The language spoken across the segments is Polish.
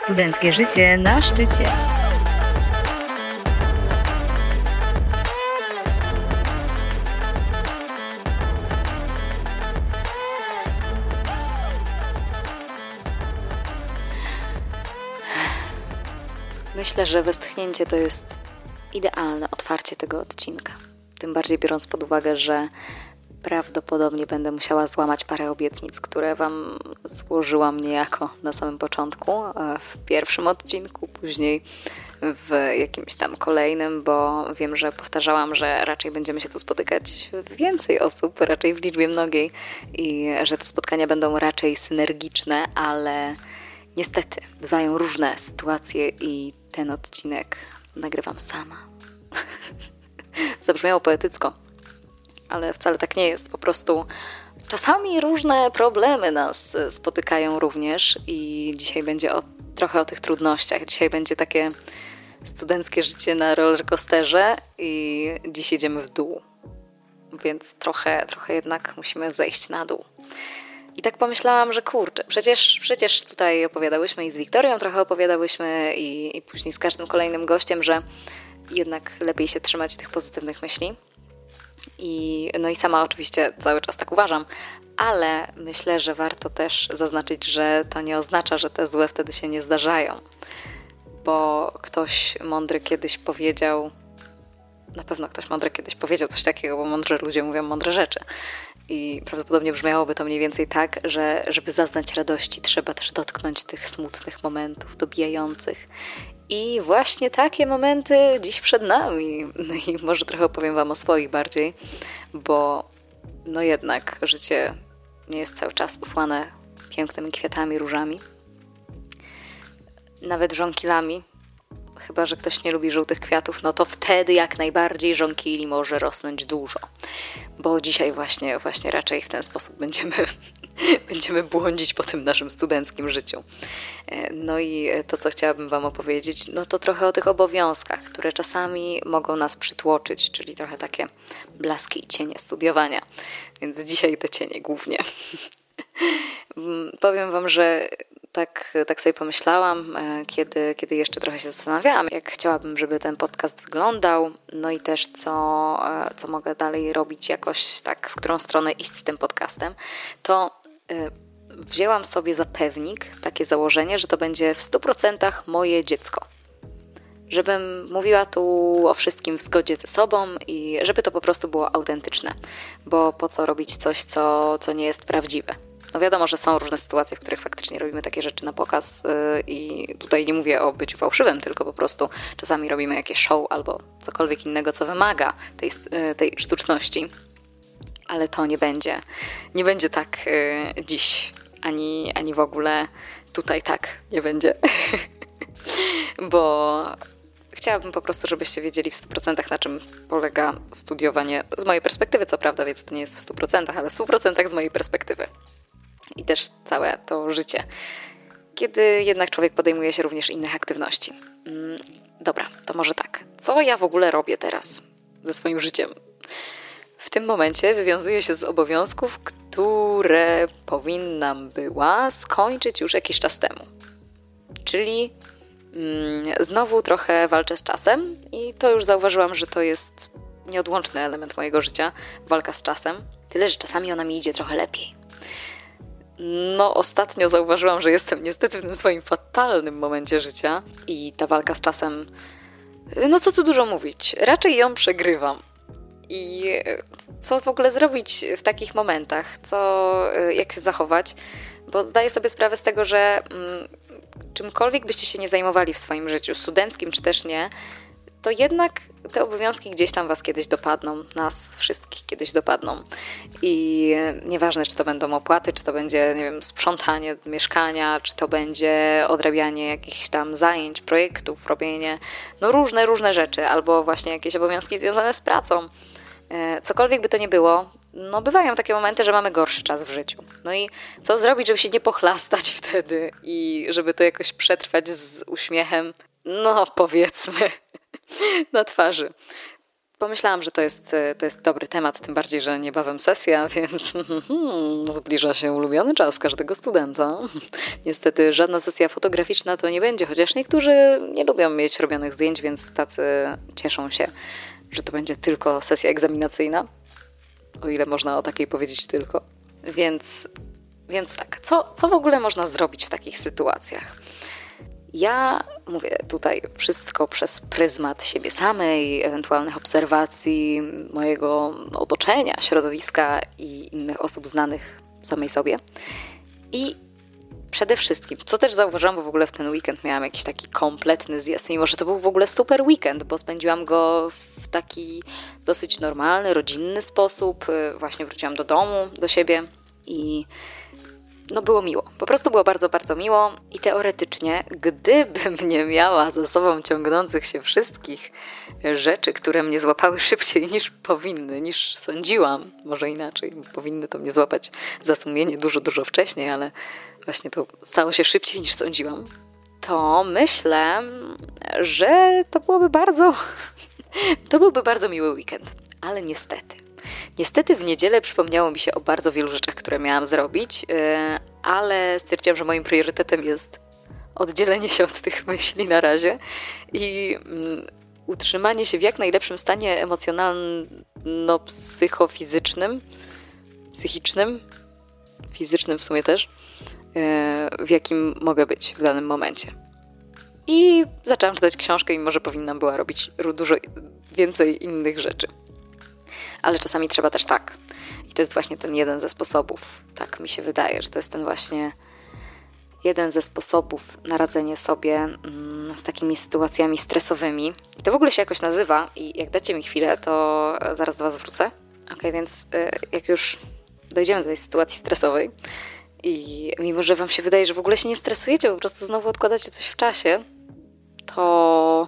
Studenckie życie na szczycie. Myślę, że westchnięcie to jest idealne otwarcie tego odcinka. Tym bardziej biorąc pod uwagę, że prawdopodobnie będę musiała złamać parę obietnic, które Wam złożyłam niejako na samym początku, w pierwszym odcinku, później w jakimś tam kolejnym, bo wiem, że powtarzałam, że raczej będziemy się tu spotykać więcej osób, raczej w liczbie mnogiej i że te spotkania będą raczej synergiczne, ale niestety bywają różne sytuacje i ten odcinek nagrywam sama. Zabrzmiało poetycko, ale wcale tak nie jest. Po prostu czasami różne problemy nas spotykają również i dzisiaj będzie trochę o tych trudnościach. Dzisiaj będzie takie studenckie życie na rollercoasterze i dziś jedziemy w dół. Więc trochę jednak musimy zejść na dół. I tak pomyślałam, że kurczę, przecież tutaj opowiadałyśmy i z Wiktorią trochę opowiadałyśmy i później z każdym kolejnym gościem, że jednak lepiej się trzymać tych pozytywnych myśli. No i sama oczywiście cały czas tak uważam, ale myślę, że warto też zaznaczyć, że to nie oznacza, że te złe wtedy się nie zdarzają. Bo ktoś mądry kiedyś powiedział, na pewno ktoś mądry kiedyś powiedział coś takiego, bo mądrzy ludzie mówią mądre rzeczy. I prawdopodobnie brzmiałoby to mniej więcej tak, że żeby zaznać radości, trzeba też dotknąć tych smutnych momentów, dobijających. I właśnie takie momenty dziś przed nami. No i może trochę opowiem Wam o swoich bardziej, bo no jednak życie nie jest cały czas usłane pięknymi kwiatami, różami. Nawet żonkilami. Chyba że ktoś nie lubi żółtych kwiatów, no to wtedy jak najbardziej żonkili może rosnąć dużo. Bo dzisiaj właśnie raczej w ten sposób będziemy błądzić po tym naszym studenckim życiu. No i to, co chciałabym Wam opowiedzieć, no to trochę o tych obowiązkach, które czasami mogą nas przytłoczyć, czyli trochę takie blaski i cienie studiowania. Więc dzisiaj te cienie głównie. Powiem Wam, że tak sobie pomyślałam, kiedy jeszcze trochę się zastanawiałam, jak chciałabym, żeby ten podcast wyglądał, no i też co mogę dalej robić jakoś tak, w którą stronę iść z tym podcastem, to wzięłam sobie za pewnik takie założenie, że to będzie w 100% moje dziecko. Żebym mówiła tu o wszystkim w zgodzie ze sobą i żeby to po prostu było autentyczne, bo po co robić coś, co nie jest prawdziwe. No wiadomo, że są różne sytuacje, w których faktycznie robimy takie rzeczy na pokaz i tutaj nie mówię o byciu fałszywym, tylko po prostu czasami robimy jakieś show albo cokolwiek innego, co wymaga tej sztuczności. Ale to nie będzie tak dziś, ani w ogóle tutaj tak nie będzie. Bo chciałabym po prostu, żebyście wiedzieli w 100% na czym polega studiowanie z mojej perspektywy, co prawda, więc to nie jest w 100%, ale w 100% z mojej perspektywy. I też całe to życie, kiedy jednak człowiek podejmuje się również innych aktywności. Dobra, to może tak. Co ja w ogóle robię teraz ze swoim życiem? W tym momencie wywiązuję się z obowiązków, które powinnam była skończyć już jakiś czas temu. Czyli znowu trochę walczę z czasem i to już zauważyłam, że to jest nieodłączny element mojego życia, walka z czasem. Tyle, że czasami ona mi idzie trochę lepiej. No, ostatnio zauważyłam, że jestem niestety w tym swoim fatalnym momencie życia i ta walka z czasem, no co tu dużo mówić, raczej ją przegrywam. I co w ogóle zrobić w takich momentach? Jak się zachować? Bo zdaję sobie sprawę z tego, że czymkolwiek byście się nie zajmowali w swoim życiu, studenckim czy też nie, to jednak te obowiązki gdzieś tam was kiedyś dopadną, nas wszystkich kiedyś dopadną. I nieważne, czy to będą opłaty, czy to będzie, nie wiem, sprzątanie mieszkania, czy to będzie odrabianie jakichś tam zajęć, projektów, robienie, no różne rzeczy, albo właśnie jakieś obowiązki związane z pracą. Cokolwiek by to nie było, no bywają takie momenty, że mamy gorszy czas w życiu. No i co zrobić, żeby się nie pochlastać wtedy i żeby to jakoś przetrwać z uśmiechem, no powiedzmy, na twarzy. pomyślałam, że to jest dobry temat, tym bardziej, że niebawem sesja, więc zbliża się ulubiony czas każdego studenta. Niestety żadna sesja fotograficzna to nie będzie, chociaż niektórzy nie lubią mieć robionych zdjęć, więc tacy cieszą się, że to będzie tylko sesja egzaminacyjna, o ile można o takiej powiedzieć tylko. Więc tak, co w ogóle można zrobić w takich sytuacjach? Ja mówię tutaj wszystko przez pryzmat siebie samej, ewentualnych obserwacji mojego otoczenia, środowiska i innych osób znanych samej sobie. I przede wszystkim, co też zauważyłam, bo w ogóle w ten weekend miałam jakiś taki kompletny zjazd, mimo że to był w ogóle super weekend, bo spędziłam go w taki dosyć normalny, rodzinny sposób. Właśnie wróciłam do domu, do siebie i było miło. Po prostu było bardzo, bardzo miło i teoretycznie, gdybym nie miała za sobą ciągnących się wszystkich rzeczy, które mnie złapały szybciej niż powinny, niż sądziłam, może inaczej, powinny to mnie złapać za sumienie dużo, dużo wcześniej, ale właśnie to stało się szybciej niż sądziłam, to myślę, że to byłby bardzo miły weekend, ale Niestety w niedzielę przypomniało mi się o bardzo wielu rzeczach, które miałam zrobić, ale stwierdziłam, że moim priorytetem jest oddzielenie się od tych myśli na razie i utrzymanie się w jak najlepszym stanie emocjonalno-psychofizycznym, psychicznym, fizycznym w sumie też, w jakim mogę być w danym momencie. I zaczęłam czytać książkę, mimo że powinnam była robić dużo więcej innych rzeczy. Ale czasami trzeba też tak. I to jest właśnie ten jeden ze sposobów. Tak mi się wydaje, że to jest ten właśnie jeden ze sposobów na radzenie sobie z takimi sytuacjami stresowymi. I to w ogóle się jakoś nazywa i jak dacie mi chwilę, to zaraz do Was wrócę. Okej, więc jak już dojdziemy do tej sytuacji stresowej i mimo, że Wam się wydaje, że w ogóle się nie stresujecie, po prostu znowu odkładacie coś w czasie, to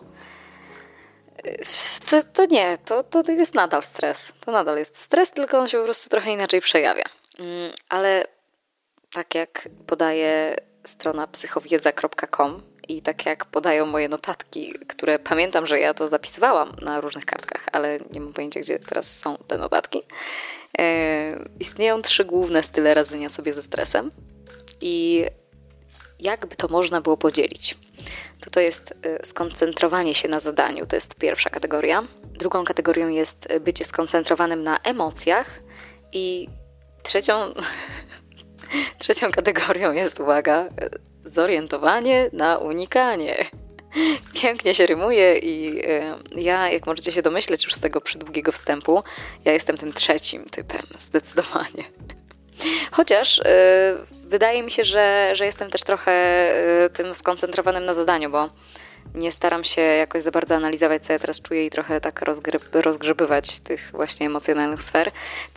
jest nadal stres. To nadal jest stres, tylko on się po prostu trochę inaczej przejawia. Ale tak jak podaje strona psychowiedza.com i tak jak podają moje notatki, które pamiętam, że ja to zapisywałam na różnych kartkach, ale nie mam pojęcia, gdzie teraz są te notatki. Istnieją 3 główne style radzenia sobie ze stresem i jakby to można było podzielić. To jest skoncentrowanie się na zadaniu, to jest pierwsza kategoria. Drugą kategorią jest bycie skoncentrowanym na emocjach i trzecią kategorią jest, uwaga, zorientowanie na unikanie. Pięknie się rymuje i ja, jak możecie się domyśleć już z tego przydługiego wstępu, ja jestem tym trzecim typem, zdecydowanie. Chociaż wydaje mi się, że jestem też trochę tym skoncentrowanym na zadaniu, bo nie staram się jakoś za bardzo analizować, co ja teraz czuję i trochę tak rozgrzebywać tych właśnie emocjonalnych sfer,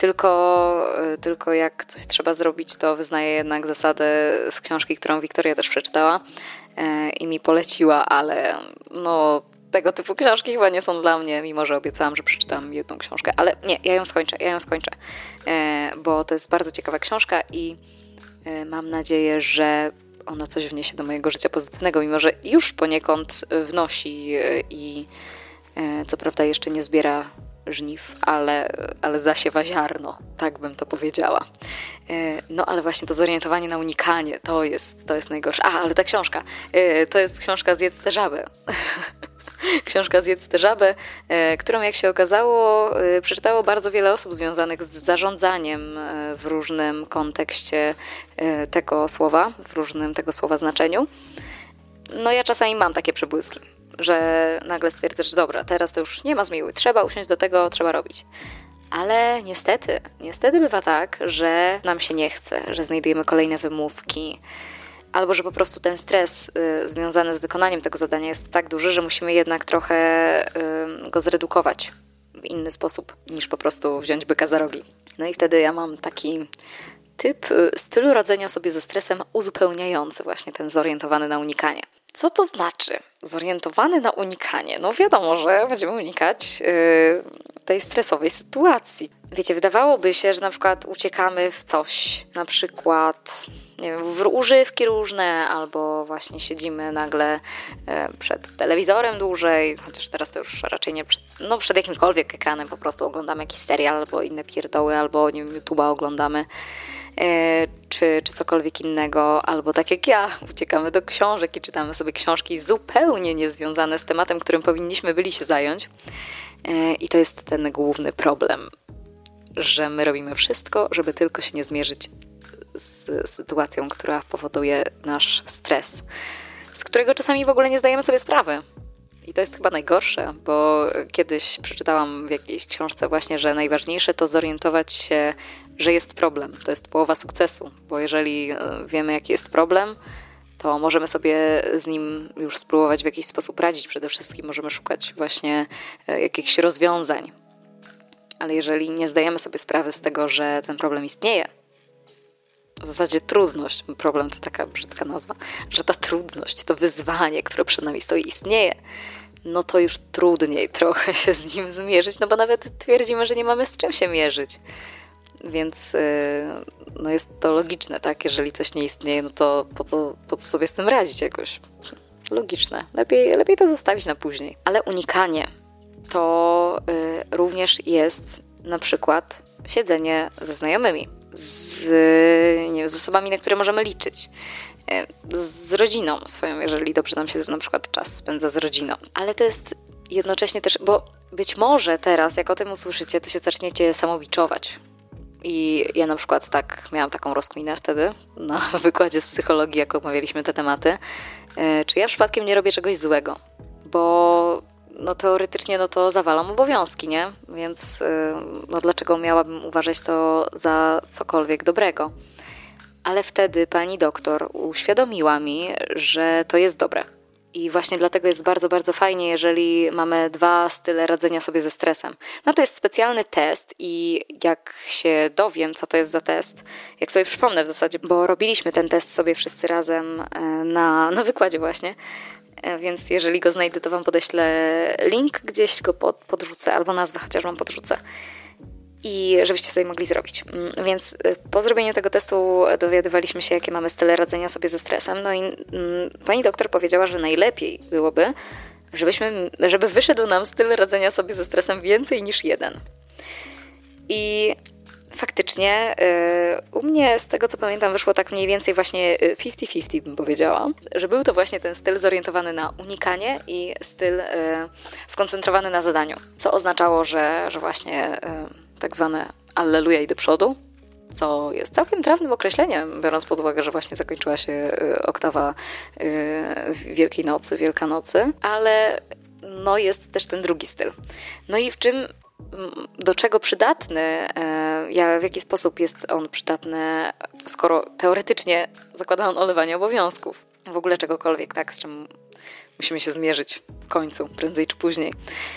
tylko jak coś trzeba zrobić, to wyznaję jednak zasadę z książki, którą Wiktoria też przeczytała i mi poleciła, ale tego typu książki chyba nie są dla mnie, mimo że obiecałam, że przeczytam jedną książkę, ale nie, ja ją skończę, bo to jest bardzo ciekawa książka i mam nadzieję, że ona coś wniesie do mojego życia pozytywnego, mimo że już poniekąd wnosi i co prawda jeszcze nie zbiera żniw, ale zasiewa ziarno, tak bym to powiedziała. Ale właśnie to zorientowanie na unikanie, to jest najgorsze. Ale ta książka, to jest książka Zjedz tę żabę. Książka Zjedz tę żabę, którą jak się okazało przeczytało bardzo wiele osób związanych z zarządzaniem w różnym kontekście tego słowa, w różnym tego słowa znaczeniu. Ja czasami mam takie przebłyski, że nagle stwierdzę, że dobra, teraz to już nie ma zmiłuj, trzeba usiąść do tego, trzeba robić. Ale niestety bywa tak, że nam się nie chce, że znajdujemy kolejne wymówki, albo że po prostu ten stres związany z wykonaniem tego zadania jest tak duży, że musimy jednak trochę go zredukować w inny sposób, niż po prostu wziąć byka za rogi. I wtedy ja mam taki typ stylu radzenia sobie ze stresem uzupełniający właśnie ten zorientowany na unikanie. Co to znaczy zorientowany na unikanie? Wiadomo, że będziemy unikać tej stresowej sytuacji. Wiecie, wydawałoby się, że na przykład uciekamy w coś, na przykład nie wiem, używki różne, albo właśnie siedzimy nagle przed telewizorem dłużej, chociaż teraz to już raczej nie przed jakimkolwiek ekranem po prostu oglądamy jakiś serial, albo inne pierdoły, albo nie wiem, YouTube'a oglądamy, czy cokolwiek innego, albo tak jak ja, uciekamy do książek i czytamy sobie książki zupełnie niezwiązane z tematem, którym powinniśmy byli się zająć. I to jest ten główny problem, że my robimy wszystko, żeby tylko się nie zmierzyć z sytuacją, która powoduje nasz stres, z którego czasami w ogóle nie zdajemy sobie sprawy. I to jest chyba najgorsze, bo kiedyś przeczytałam w jakiejś książce właśnie, że najważniejsze to zorientować się, że jest problem. To jest połowa sukcesu, bo jeżeli wiemy, jaki jest problem, to możemy sobie z nim już spróbować w jakiś sposób radzić. Przede wszystkim możemy szukać właśnie jakichś rozwiązań. Ale jeżeli nie zdajemy sobie sprawy z tego, że ten problem istnieje, w zasadzie trudność, problem to taka brzydka nazwa, że ta trudność, to wyzwanie, które przed nami stoi, istnieje, no to już trudniej trochę się z nim zmierzyć, no bo nawet twierdzimy, że nie mamy z czym się mierzyć. Więc no jest to logiczne, tak? Jeżeli coś nie istnieje, no to po co sobie z tym radzić jakoś? Logiczne. Lepiej to zostawić na później. Ale unikanie to również jest na przykład siedzenie ze znajomymi, z osobami, na które możemy liczyć, z rodziną swoją, jeżeli dobrze nam się na przykład czas spędza z rodziną. Ale to jest jednocześnie też, bo być może teraz, jak o tym usłyszycie, to się zaczniecie samobiczować. I ja na przykład miałam taką rozkminę wtedy na wykładzie z psychologii, jak omawialiśmy te tematy, czy ja przypadkiem nie robię czegoś złego, bo no teoretycznie to zawalam obowiązki, nie? Więc no dlaczego miałabym uważać to za cokolwiek dobrego? Ale wtedy pani doktor uświadomiła mi, że to jest dobre. I właśnie dlatego jest bardzo, bardzo fajnie, jeżeli mamy 2 style radzenia sobie ze stresem. No to jest specjalny test i jak się dowiem, co to jest za test, jak sobie przypomnę w zasadzie, bo robiliśmy ten test sobie wszyscy razem na wykładzie właśnie, więc jeżeli go znajdę, to wam podeślę link, gdzieś go podrzucę, albo nazwę chociaż wam podrzucę. I żebyście sobie mogli zrobić. Więc po zrobieniu tego testu dowiadywaliśmy się, jakie mamy style radzenia sobie ze stresem. No i pani doktor powiedziała, że najlepiej byłoby, żeby wyszedł nam styl radzenia sobie ze stresem więcej niż jeden. I faktycznie u mnie, z tego co pamiętam, wyszło tak mniej więcej właśnie 50-50, bym powiedziała, że był to właśnie ten styl zorientowany na unikanie i styl skoncentrowany na zadaniu. Co oznaczało, że właśnie tak zwane alleluja i do przodu, co jest całkiem trafnym określeniem, biorąc pod uwagę, że właśnie zakończyła się oktawa Wielkiej Nocy, Wielkanocy, ale no jest też ten drugi styl. No i do czego przydatny, w jaki sposób jest on przydatny, skoro teoretycznie zakłada on olewanie obowiązków, w ogóle czegokolwiek, tak, z czym musimy się zmierzyć w końcu, prędzej czy później.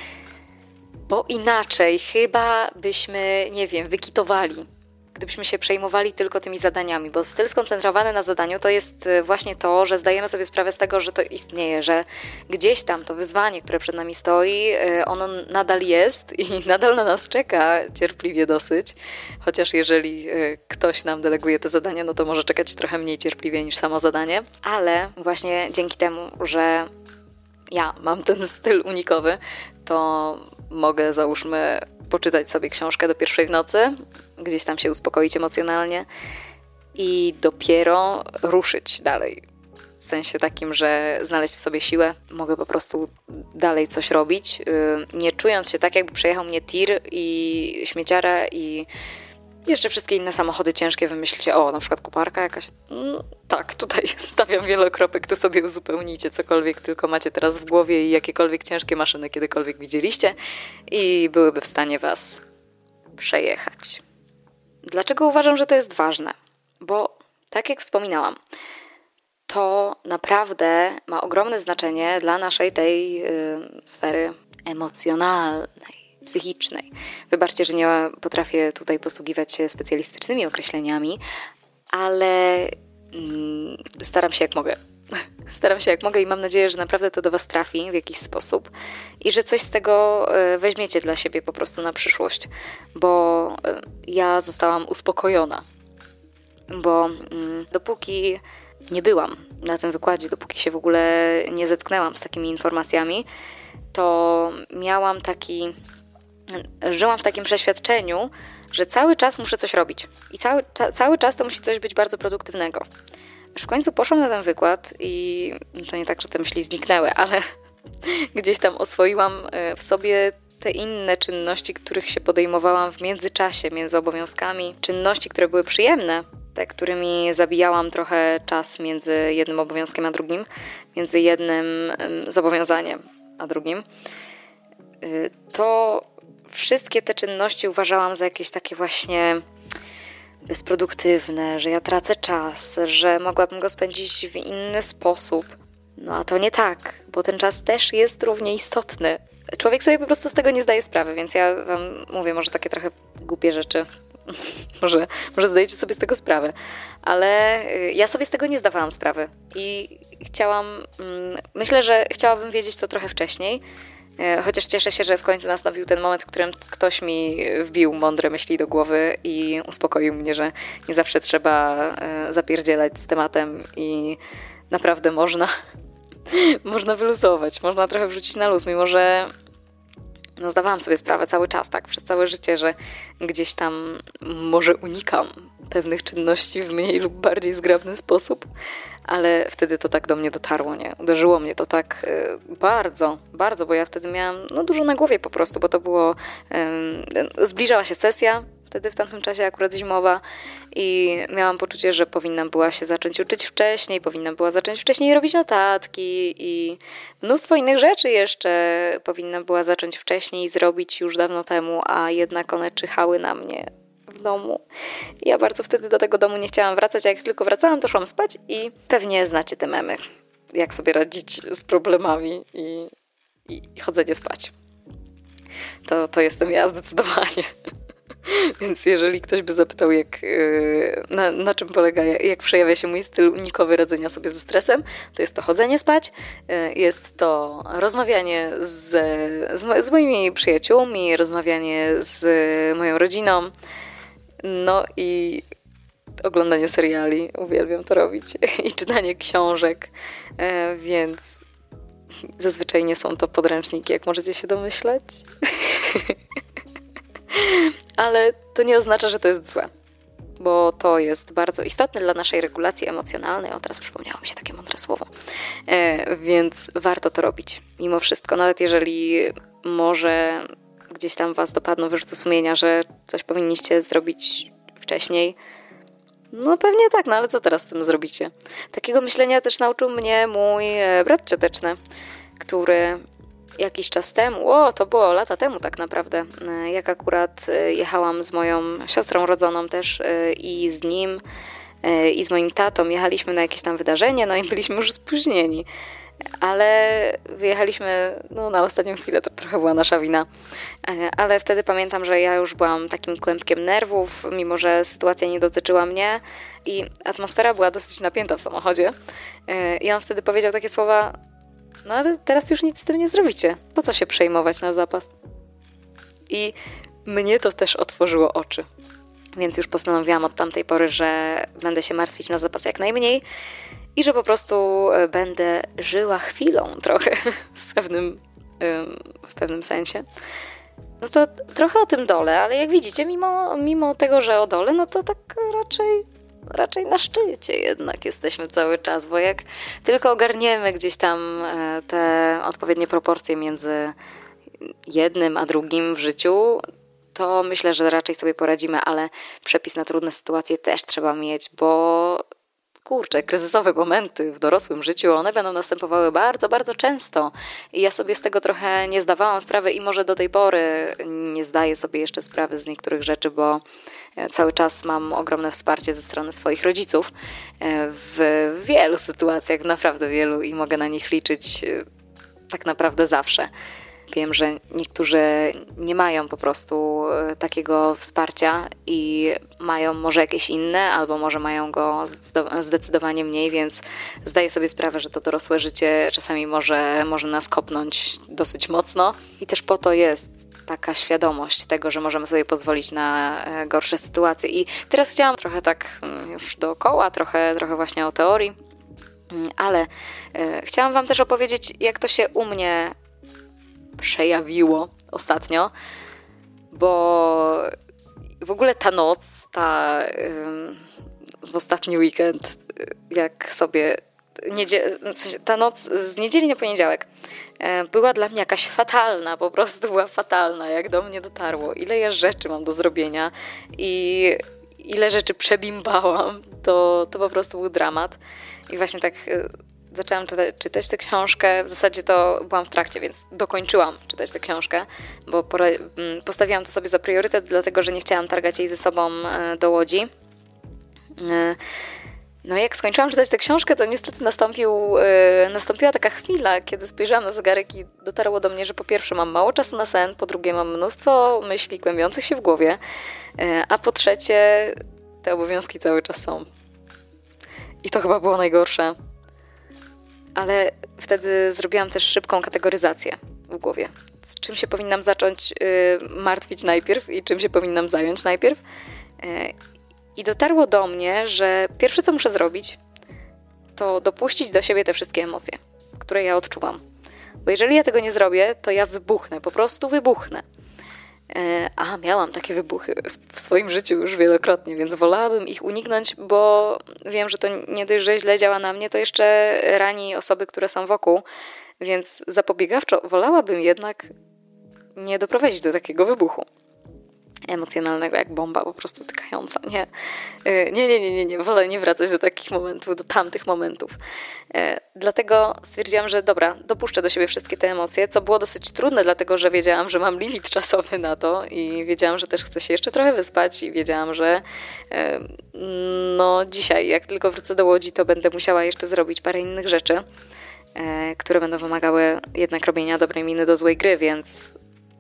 Bo inaczej chyba byśmy, nie wiem, wykitowali, gdybyśmy się przejmowali tylko tymi zadaniami, bo styl skoncentrowany na zadaniu to jest właśnie to, że zdajemy sobie sprawę z tego, że to istnieje, że gdzieś tam to wyzwanie, które przed nami stoi, ono nadal jest i nadal na nas czeka cierpliwie dosyć, chociaż jeżeli ktoś nam deleguje te zadania, no to może czekać trochę mniej cierpliwie niż samo zadanie, ale właśnie dzięki temu, że ja mam ten styl unikowy, to mogę, załóżmy, poczytać sobie książkę do 1:00 w nocy, gdzieś tam się uspokoić emocjonalnie i dopiero ruszyć dalej. W sensie takim, że znaleźć w sobie siłę, mogę po prostu dalej coś robić, nie czując się tak, jakby przejechał mnie tir i śmieciara i jeszcze wszystkie inne samochody ciężkie. Wymyślicie, na przykład koparka jakaś. Tak, tutaj stawiam wielokropek, to sobie uzupełnijcie cokolwiek tylko macie teraz w głowie i jakiekolwiek ciężkie maszyny kiedykolwiek widzieliście i byłyby w stanie was przejechać. Dlaczego uważam, że to jest ważne? Bo tak jak wspominałam, to naprawdę ma ogromne znaczenie dla naszej tej sfery emocjonalnej, psychicznej. Wybaczcie, że nie potrafię tutaj posługiwać się specjalistycznymi określeniami, ale staram się jak mogę. Staram się jak mogę i mam nadzieję, że naprawdę to do was trafi w jakiś sposób i że coś z tego weźmiecie dla siebie po prostu na przyszłość, bo ja zostałam uspokojona bo dopóki nie byłam na tym wykładzie, dopóki się w ogóle nie zetknęłam z takimi informacjami, to żyłam w takim przeświadczeniu, że cały czas muszę coś robić i cały czas to musi coś być bardzo produktywnego. Aż w końcu poszłam na ten wykład i to nie tak, że te myśli zniknęły, ale gdzieś tam oswoiłam w sobie te inne czynności, których się podejmowałam w międzyczasie, między obowiązkami. Czynności, które były przyjemne, te, którymi zabijałam trochę czas między jednym obowiązkiem a drugim, między jednym zobowiązaniem a drugim. To wszystkie te czynności uważałam za jakieś takie właśnie bezproduktywne, że ja tracę czas, że mogłabym go spędzić w inny sposób. No a to nie tak, bo ten czas też jest równie istotny. Człowiek sobie po prostu z tego nie zdaje sprawy, więc ja wam mówię może takie trochę głupie rzeczy. może zdajecie sobie z tego sprawę, ale ja sobie z tego nie zdawałam sprawy i myślę, że chciałabym wiedzieć to trochę wcześniej, chociaż cieszę się, że w końcu nastąpił ten moment, w którym ktoś mi wbił mądre myśli do głowy i uspokoił mnie, że nie zawsze trzeba zapierdzielać z tematem i naprawdę można wyluzować, można trochę wrzucić na luz, mimo że zdawałam sobie sprawę cały czas, tak, przez całe życie, że gdzieś tam może unikam pewnych czynności w mniej lub bardziej zgrabny sposób, ale wtedy to tak do mnie dotarło, nie? Uderzyło mnie to tak bardzo, bardzo, bo ja wtedy miałam dużo na głowie po prostu, bo to było, zbliżała się sesja, wtedy w tamtym czasie akurat zimowa i miałam poczucie, że powinnam była się zacząć uczyć wcześniej, powinnam była zacząć wcześniej robić notatki i mnóstwo innych rzeczy jeszcze powinnam była zacząć wcześniej zrobić już dawno temu, a jednak one czyhały na mnie w domu. Ja bardzo wtedy do tego domu nie chciałam wracać, a jak tylko wracałam, to szłam spać i pewnie znacie te memy, jak sobie radzić z problemami i chodzenie spać. To jestem ja zdecydowanie. Więc jeżeli ktoś by zapytał, na czym polega, jak przejawia się mój styl unikowy radzenia sobie ze stresem, to jest to chodzenie spać, jest to rozmawianie z moimi przyjaciółmi, rozmawianie z moją rodziną, no i oglądanie seriali, uwielbiam to robić, i czytanie książek, więc zazwyczaj nie są to podręczniki, jak możecie się domyśleć. Ale to nie oznacza, że to jest złe, bo to jest bardzo istotne dla naszej regulacji emocjonalnej. O, teraz przypomniało mi się takie mądre słowo. Więc warto to robić. Mimo wszystko, nawet jeżeli może gdzieś tam was dopadną wyrzuty sumienia, że coś powinniście zrobić wcześniej, no pewnie tak, ale co teraz z tym zrobicie? Takiego myślenia też nauczył mnie mój brat cioteczny, który jakiś czas temu, to było lata temu tak naprawdę, jak akurat jechałam z moją siostrą rodzoną też i z nim i z moim tatą jechaliśmy na jakieś tam wydarzenie, no i byliśmy już spóźnieni, ale wyjechaliśmy na ostatnią chwilę, to trochę była nasza wina, ale wtedy pamiętam, że ja już byłam takim kłębkiem nerwów, mimo że sytuacja nie dotyczyła mnie i atmosfera była dosyć napięta w samochodzie i on wtedy powiedział takie słowa: no ale teraz już nic z tym nie zrobicie. Po co się przejmować na zapas? I mnie to też otworzyło oczy. Więc już postanowiłam od tamtej pory, że będę się martwić na zapas jak najmniej i że po prostu będę żyła chwilą trochę w pewnym sensie. No to trochę o tym dole, ale jak widzicie, mimo tego, że o dole, no to tak raczej na szczycie jednak jesteśmy cały czas, bo jak tylko ogarniemy gdzieś tam te odpowiednie proporcje między jednym a drugim w życiu, to myślę, że raczej sobie poradzimy, ale przepis na trudne sytuacje też trzeba mieć, bo kryzysowe momenty w dorosłym życiu, one będą następowały bardzo, bardzo często i ja sobie z tego trochę nie zdawałam sprawy i może do tej pory nie zdaję sobie jeszcze sprawy z niektórych rzeczy, bo cały czas mam ogromne wsparcie ze strony swoich rodziców w wielu sytuacjach, naprawdę wielu, i mogę na nich liczyć tak naprawdę zawsze. Wiem, że niektórzy nie mają po prostu takiego wsparcia i mają może jakieś inne, albo może mają go zdecydowanie mniej, więc zdaję sobie sprawę, że to dorosłe życie czasami może nas kopnąć dosyć mocno i też po to jest taka świadomość tego, że możemy sobie pozwolić na gorsze sytuacje. I teraz chciałam trochę tak już dookoła, trochę właśnie o teorii, ale chciałam wam też opowiedzieć, jak to się u mnie przejawiło ostatnio, bo w ogóle ta noc, w ostatni weekend, jak sobie w sensie ta noc z niedzieli na poniedziałek była dla mnie jakaś fatalna, po prostu była fatalna, jak do mnie dotarło. Ile ja rzeczy mam do zrobienia i ile rzeczy przebimbałam, to po prostu był dramat. I właśnie tak zaczęłam czytać tę książkę, w zasadzie to byłam w trakcie, więc dokończyłam czytać tę książkę, bo postawiłam to sobie za priorytet, dlatego że nie chciałam targać jej ze sobą do Łodzi. No i jak skończyłam czytać tę książkę, to niestety nastąpiła taka chwila, kiedy spojrzałam na zegarek i dotarło do mnie, że po pierwsze mam mało czasu na sen, po drugie mam mnóstwo myśli kłębiących się w głowie, a po trzecie te obowiązki cały czas są. I to chyba było najgorsze. Ale wtedy zrobiłam też szybką kategoryzację w głowie. Z czym się powinnam zacząć martwić najpierw i czym się powinnam zająć najpierw. I dotarło do mnie, że pierwsze co muszę zrobić, to dopuścić do siebie te wszystkie emocje, które ja odczuwam. Bo jeżeli ja tego nie zrobię, to ja wybuchnę, po prostu wybuchnę. A miałam takie wybuchy w swoim życiu już wielokrotnie, więc wolałabym ich uniknąć, bo wiem, że to nie dość, że źle działa na mnie, to jeszcze rani osoby, które są wokół, więc zapobiegawczo wolałabym jednak nie doprowadzić do takiego wybuchu emocjonalnego, jak bomba po prostu tykająca. Nie. Wolę nie wracać do takich momentów, do tamtych momentów. Dlatego stwierdziłam, że dobra, dopuszczę do siebie wszystkie te emocje, co było dosyć trudne, dlatego że wiedziałam, że mam limit czasowy na to i wiedziałam, że też chcę się jeszcze trochę wyspać i wiedziałam, że dzisiaj, jak tylko wrócę do Łodzi, to będę musiała jeszcze zrobić parę innych rzeczy, które będą wymagały jednak robienia dobrej miny do złej gry, więc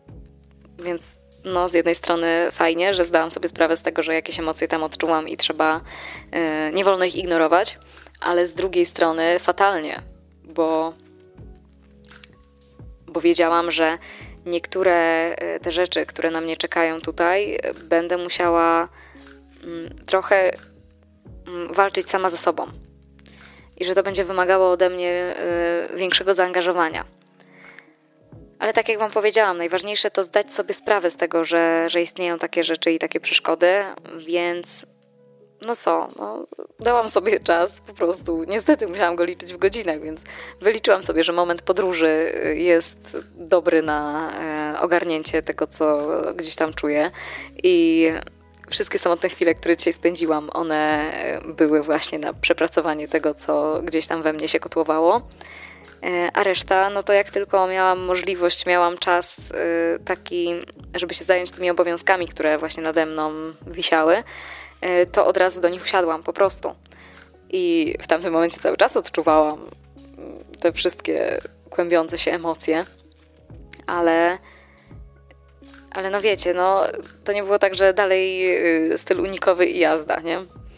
z jednej strony fajnie, że zdałam sobie sprawę z tego, że jakieś emocje tam odczułam i nie wolno ich ignorować, ale z drugiej strony fatalnie, bo wiedziałam, że niektóre te rzeczy, które na mnie czekają tutaj, będę musiała trochę walczyć sama ze sobą i że to będzie wymagało ode mnie większego zaangażowania. Ale tak jak wam powiedziałam, najważniejsze to zdać sobie sprawę z tego, że istnieją takie rzeczy i takie przeszkody, więc dałam sobie czas po prostu. Niestety musiałam go liczyć w godzinach, więc wyliczyłam sobie, że moment podróży jest dobry na ogarnięcie tego, co gdzieś tam czuję i wszystkie samotne chwile, które dzisiaj spędziłam, one były właśnie na przepracowanie tego, co gdzieś tam we mnie się kotłowało. A reszta, to jak tylko miałam możliwość, miałam czas taki, żeby się zająć tymi obowiązkami, które właśnie nade mną wisiały, to od razu do nich usiadłam po prostu. I w tamtym momencie cały czas odczuwałam te wszystkie kłębiące się emocje, ale wiecie, to nie było tak, że dalej styl unikowy i jazda, nie?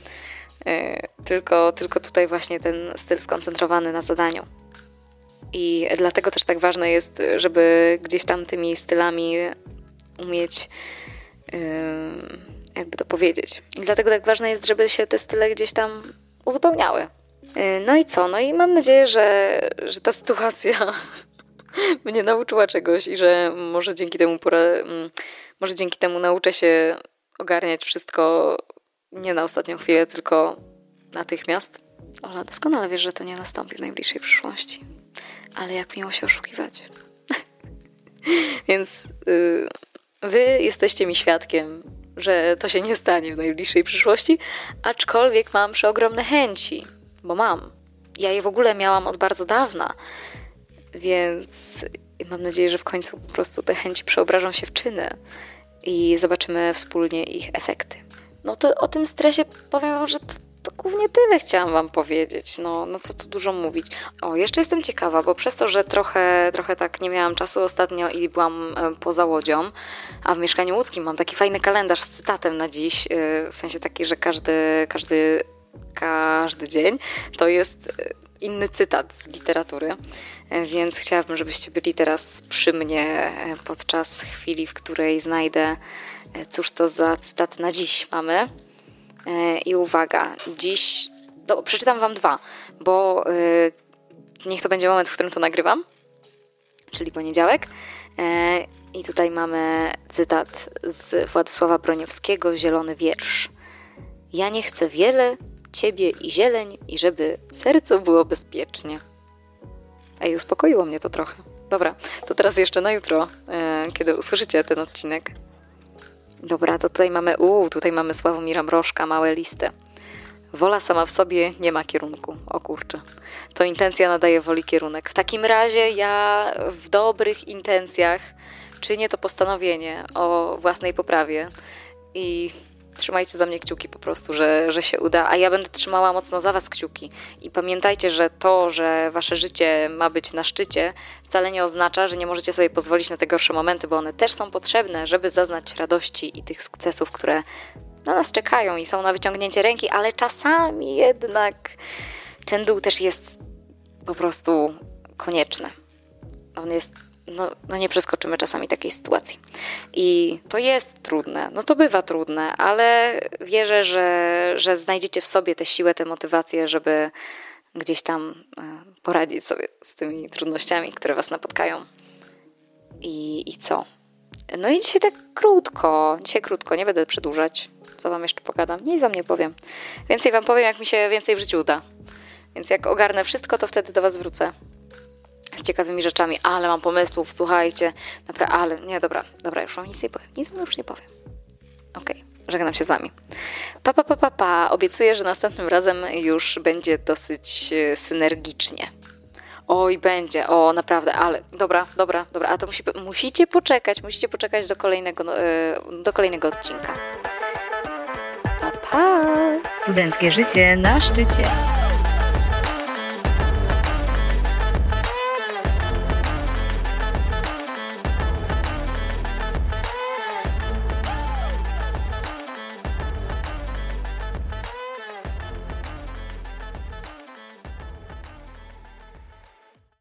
Tylko tutaj właśnie ten styl skoncentrowany na zadaniu. I dlatego też tak ważne jest, żeby gdzieś tam tymi stylami umieć, jakby to powiedzieć. I dlatego tak ważne jest, żeby się te style gdzieś tam uzupełniały. No i co? No i mam nadzieję, że ta sytuacja mnie nauczyła czegoś i że może dzięki temu nauczę się ogarniać wszystko nie na ostatnią chwilę, tylko natychmiast. Ola, doskonale wiesz, że to nie nastąpi w najbliższej przyszłości. Ale jak miło się oszukiwać. Więc wy jesteście mi świadkiem, że to się nie stanie w najbliższej przyszłości, aczkolwiek mam przeogromne chęci, bo mam. Ja je w ogóle miałam od bardzo dawna, więc mam nadzieję, że w końcu po prostu te chęci przeobrażą się w czyny i zobaczymy wspólnie ich efekty. To o tym stresie powiem wam, że to głównie tyle chciałam wam powiedzieć. Co tu dużo mówić. Jeszcze jestem ciekawa, bo przez to, że trochę tak nie miałam czasu ostatnio i byłam poza Łodzią, a w mieszkaniu łódzkim mam taki fajny kalendarz z cytatem na dziś, w sensie taki, że każdy dzień to jest inny cytat z literatury, więc chciałabym, żebyście byli teraz przy mnie podczas chwili, w której znajdę, cóż to za cytat na dziś mamy. I uwaga, dziś przeczytam wam 2, bo niech to będzie moment, w którym to nagrywam, czyli poniedziałek. I tutaj mamy cytat z Władysława Broniewskiego, Zielony wiersz. Ja nie chcę wiele, ciebie i zieleń, i żeby sercu było bezpiecznie. Ej, uspokoiło mnie to trochę. Dobra, to teraz jeszcze na jutro, kiedy usłyszycie ten odcinek. Dobra, to tutaj mamy Sławomira Mrożka, Małe listy. Wola sama w sobie nie ma kierunku. O kurczę. To intencja nadaje woli kierunek. W takim razie ja w dobrych intencjach czynię to postanowienie o własnej poprawie i trzymajcie za mnie kciuki po prostu, że się uda, a ja będę trzymała mocno za was kciuki. I pamiętajcie, że to, że wasze życie ma być na szczycie, wcale nie oznacza, że nie możecie sobie pozwolić na te gorsze momenty, bo one też są potrzebne, żeby zaznać radości i tych sukcesów, które na nas czekają i są na wyciągnięcie ręki, ale czasami jednak ten dół też jest po prostu konieczny. On jest, nie przeskoczymy czasami takiej sytuacji. I to jest trudne, to bywa trudne, ale wierzę, że znajdziecie w sobie tę siłę, tę motywację, żeby gdzieś tam poradzić sobie z tymi trudnościami, które was napotkają. I co? I dzisiaj tak krótko, nie będę przedłużać. Co wam jeszcze pogadam? Nic wam nie powiem. Więcej wam powiem, jak mi się więcej w życiu uda. Więc jak ogarnę wszystko, to wtedy do was wrócę z ciekawymi rzeczami. Ale mam pomysłów, słuchajcie. Dobra, już wam nic nie powiem. Nic wam już nie powiem. Okej, żegnam się z wami. Pa. Obiecuję, że następnym razem już będzie dosyć synergicznie. Oj, będzie. Naprawdę, ale dobra. A to musicie poczekać do kolejnego odcinka. Pa! Studenckie życie na szczycie.